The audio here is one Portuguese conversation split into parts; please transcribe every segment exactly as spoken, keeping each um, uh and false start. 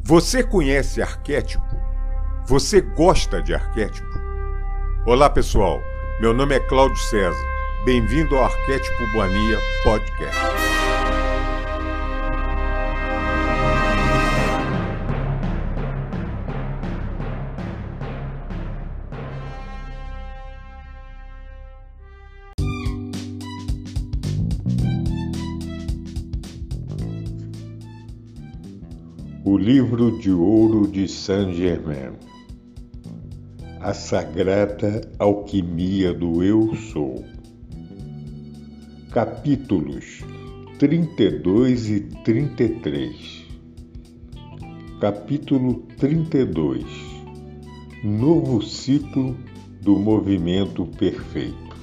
Você conhece arquétipo? Você gosta de arquétipo? Olá pessoal, meu nome é Cláudio César. Bem-vindo ao Arquétipo Boania Podcast. O Livro de Ouro de Saint-Germain. A Sagrada Alquimia do Eu Sou. Capítulos trinta e dois e trinta e três. Capítulo trinta e dois. Novo ciclo do movimento perfeito.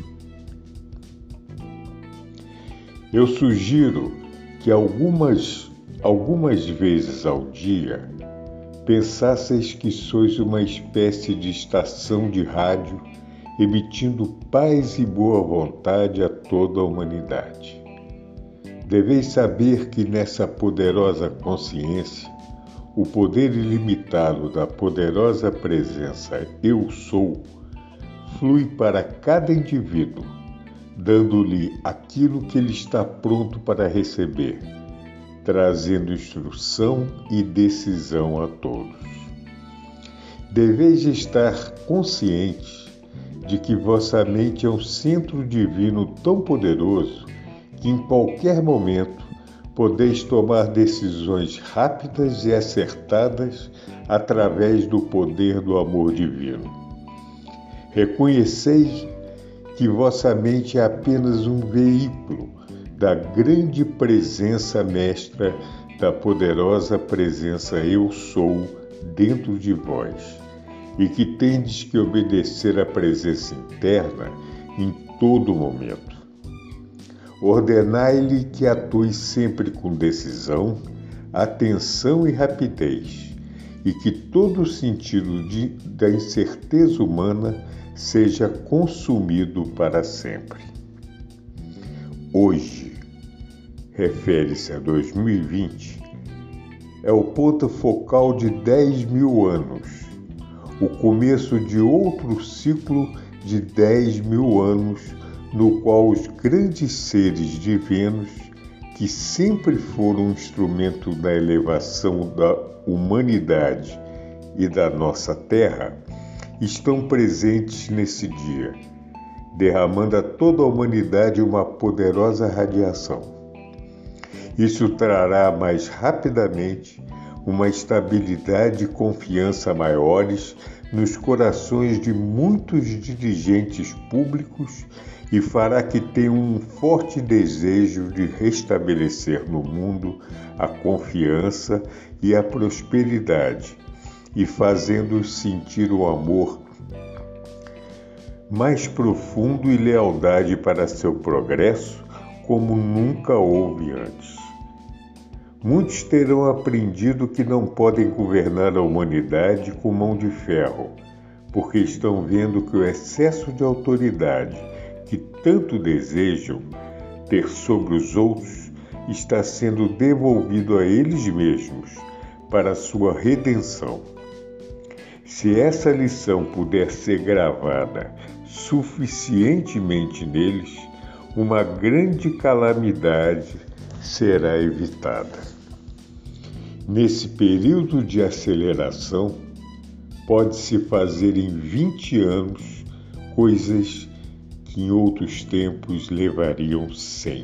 Eu sugiro que algumas Algumas vezes ao dia, pensasseis que sois uma espécie de estação de rádio emitindo paz e boa vontade a toda a humanidade. Deveis saber que nessa poderosa consciência, o poder ilimitado da poderosa presença Eu Sou flui para cada indivíduo, dando-lhe aquilo que ele está pronto para receber, trazendo instrução e decisão a todos. Deveis estar conscientes de que vossa mente é um centro divino tão poderoso que em qualquer momento podeis tomar decisões rápidas e acertadas através do poder do amor divino. Reconheceis que vossa mente é apenas um veículo da grande presença mestra da poderosa presença Eu Sou dentro de vós, e que tendes que obedecer à presença interna em todo momento. Ordenai-lhe que atue sempre com decisão, atenção e rapidez, e que todo o sentido de, da incerteza humana seja consumido para sempre. Hoje, refere-se a dois mil e vinte, é o ponto focal de dez mil anos, o começo de outro ciclo de dez mil anos, no qual os grandes seres divinos, que sempre foram um instrumento da elevação da humanidade e da nossa Terra, estão presentes nesse dia, derramando a toda a humanidade uma poderosa radiação. Isso trará mais rapidamente uma estabilidade e confiança maiores nos corações de muitos dirigentes públicos e fará que tenham um forte desejo de restabelecer no mundo a confiança e a prosperidade, e fazendo-os sentir o amor mais profundo e lealdade para seu progresso como nunca houve antes. Muitos terão aprendido que não podem governar a humanidade com mão de ferro, porque estão vendo que o excesso de autoridade que tanto desejam ter sobre os outros está sendo devolvido a eles mesmos para sua redenção. Se essa lição puder ser gravada suficientemente neles, uma grande calamidade será evitada. Nesse período de aceleração, pode-se fazer em vinte anos coisas que em outros tempos levariam cem.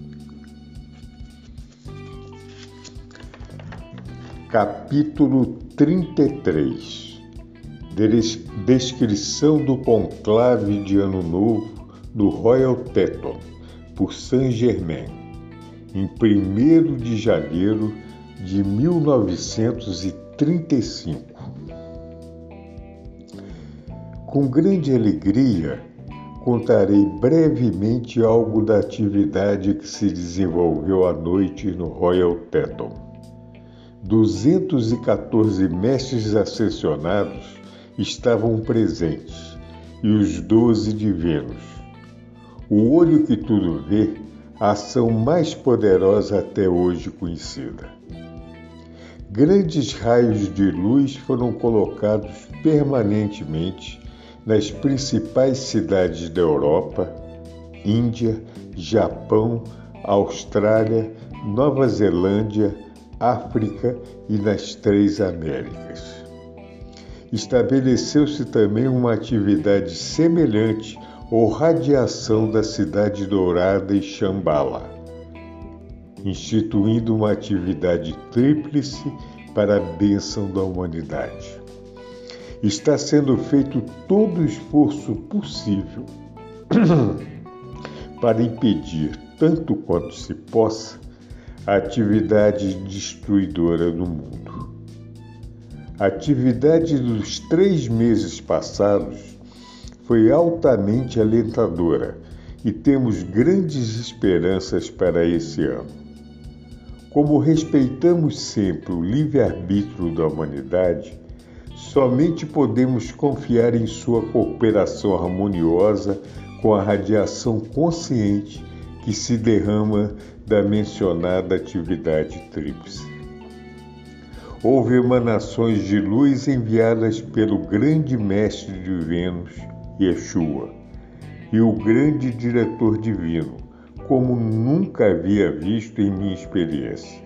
Capítulo trinta e três. Descrição do conclave de Ano Novo do Royal Teton, por Saint-Germain, em primeiro de janeiro de mil novecentos e trinta e cinco. Com grande alegria, contarei brevemente algo da atividade que se desenvolveu à noite no Royal Teton. duzentos e quatorze mestres ascensionados estavam presentes, e os doze divinos. O olho que tudo vê, a ação mais poderosa até hoje conhecida. grandes raios de luz foram colocados permanentemente nas principais cidades da Europa, Índia, Japão, Austrália, Nova Zelândia, África e nas três Américas. Estabeleceu-se também uma atividade semelhante ou radiação da Cidade Dourada e Shambhala, instituindo uma atividade tríplice para a bênção da humanidade. Está sendo feito todo o esforço possível para impedir, tanto quanto se possa, a atividade destruidora no mundo. A atividade dos três meses passados foi altamente alentadora e temos grandes esperanças para esse ano. Como respeitamos sempre o livre-arbítrio da humanidade, somente podemos confiar em sua cooperação harmoniosa com a radiação consciente que se derrama da mencionada atividade tríplice. Houve emanações de luz enviadas pelo grande mestre de Vênus, Yeshua, e o grande diretor divino, como nunca havia visto em minha experiência.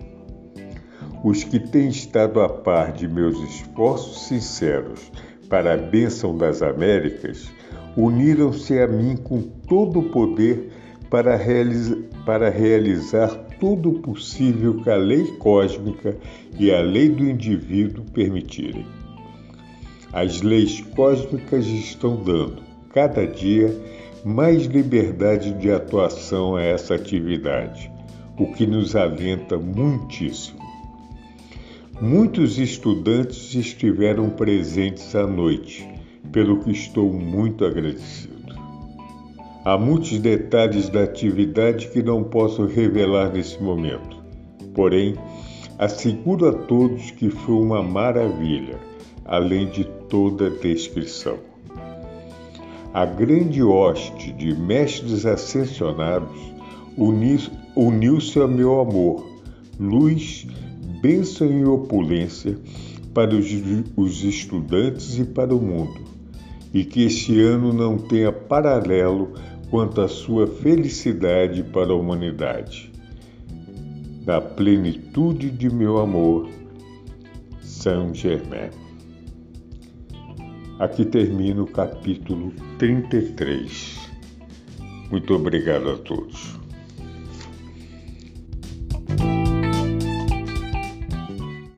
Os que têm estado a par de meus esforços sinceros para a bênção das Américas, uniram-se a mim com todo o poder para, realiza- para realizar tudo o possível que a lei cósmica e a lei do indivíduo permitirem. As leis cósmicas estão dando, cada dia, mais liberdade de atuação a essa atividade, o que nos alenta muitíssimo. Muitos estudantes estiveram presentes à noite, pelo que estou muito agradecido. Há muitos detalhes da atividade que não posso revelar nesse momento, porém, asseguro a todos que foi uma maravilha, além de toda descrição. A grande hoste de mestres ascensionados uniu-se ao meu amor, luz, bênção e opulência para os, os estudantes e para o mundo, e que este ano não tenha paralelo quanto à sua felicidade para a humanidade. Na plenitude de meu amor, Saint Germain. Aqui termina o capítulo trinta e três. Muito obrigado a todos.